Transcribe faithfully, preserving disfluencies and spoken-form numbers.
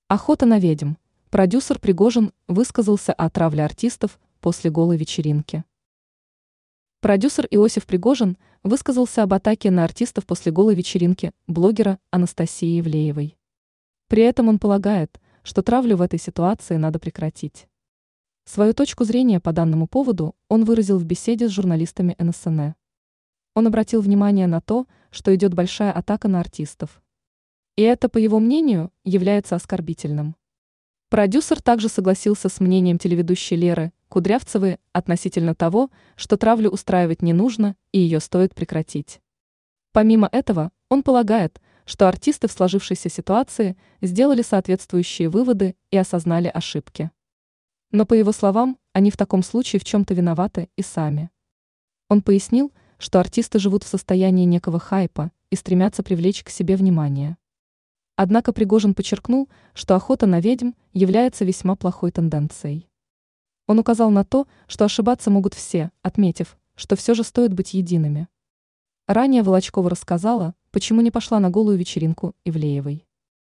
Охота на ведьм. Продюсер Пригожин высказался о травле артистов после голой вечеринки. Продюсер Иосиф Пригожин высказался об атаке на артистов после голой вечеринки блогера Анастасии Ивлеевой. При этом он полагает, что травлю в этой ситуации надо прекратить. Свою точку зрения по данному поводу он выразил в беседе с журналистами эн эс эн э. Он обратил внимание на то, что идет большая атака на артистов. И это, по его мнению, является оскорбительным. Продюсер также согласился с мнением телеведущей Леры Кудрявцевой относительно того, что травлю устраивать не нужно и ее стоит прекратить. Помимо этого, он полагает, что артисты в сложившейся ситуации сделали соответствующие выводы и осознали ошибки. Но, по его словам, они в таком случае в чем-то виноваты и сами. Он пояснил, что артисты живут в состоянии некого хайпа и стремятся привлечь к себе внимание. Однако Пригожин подчеркнул, что охота на ведьм является весьма плохой тенденцией. Он указал на то, что ошибаться могут все, отметив, что все же стоит быть едиными. Ранее Волочкова рассказала, почему не пошла на голую вечеринку Ивлеевой.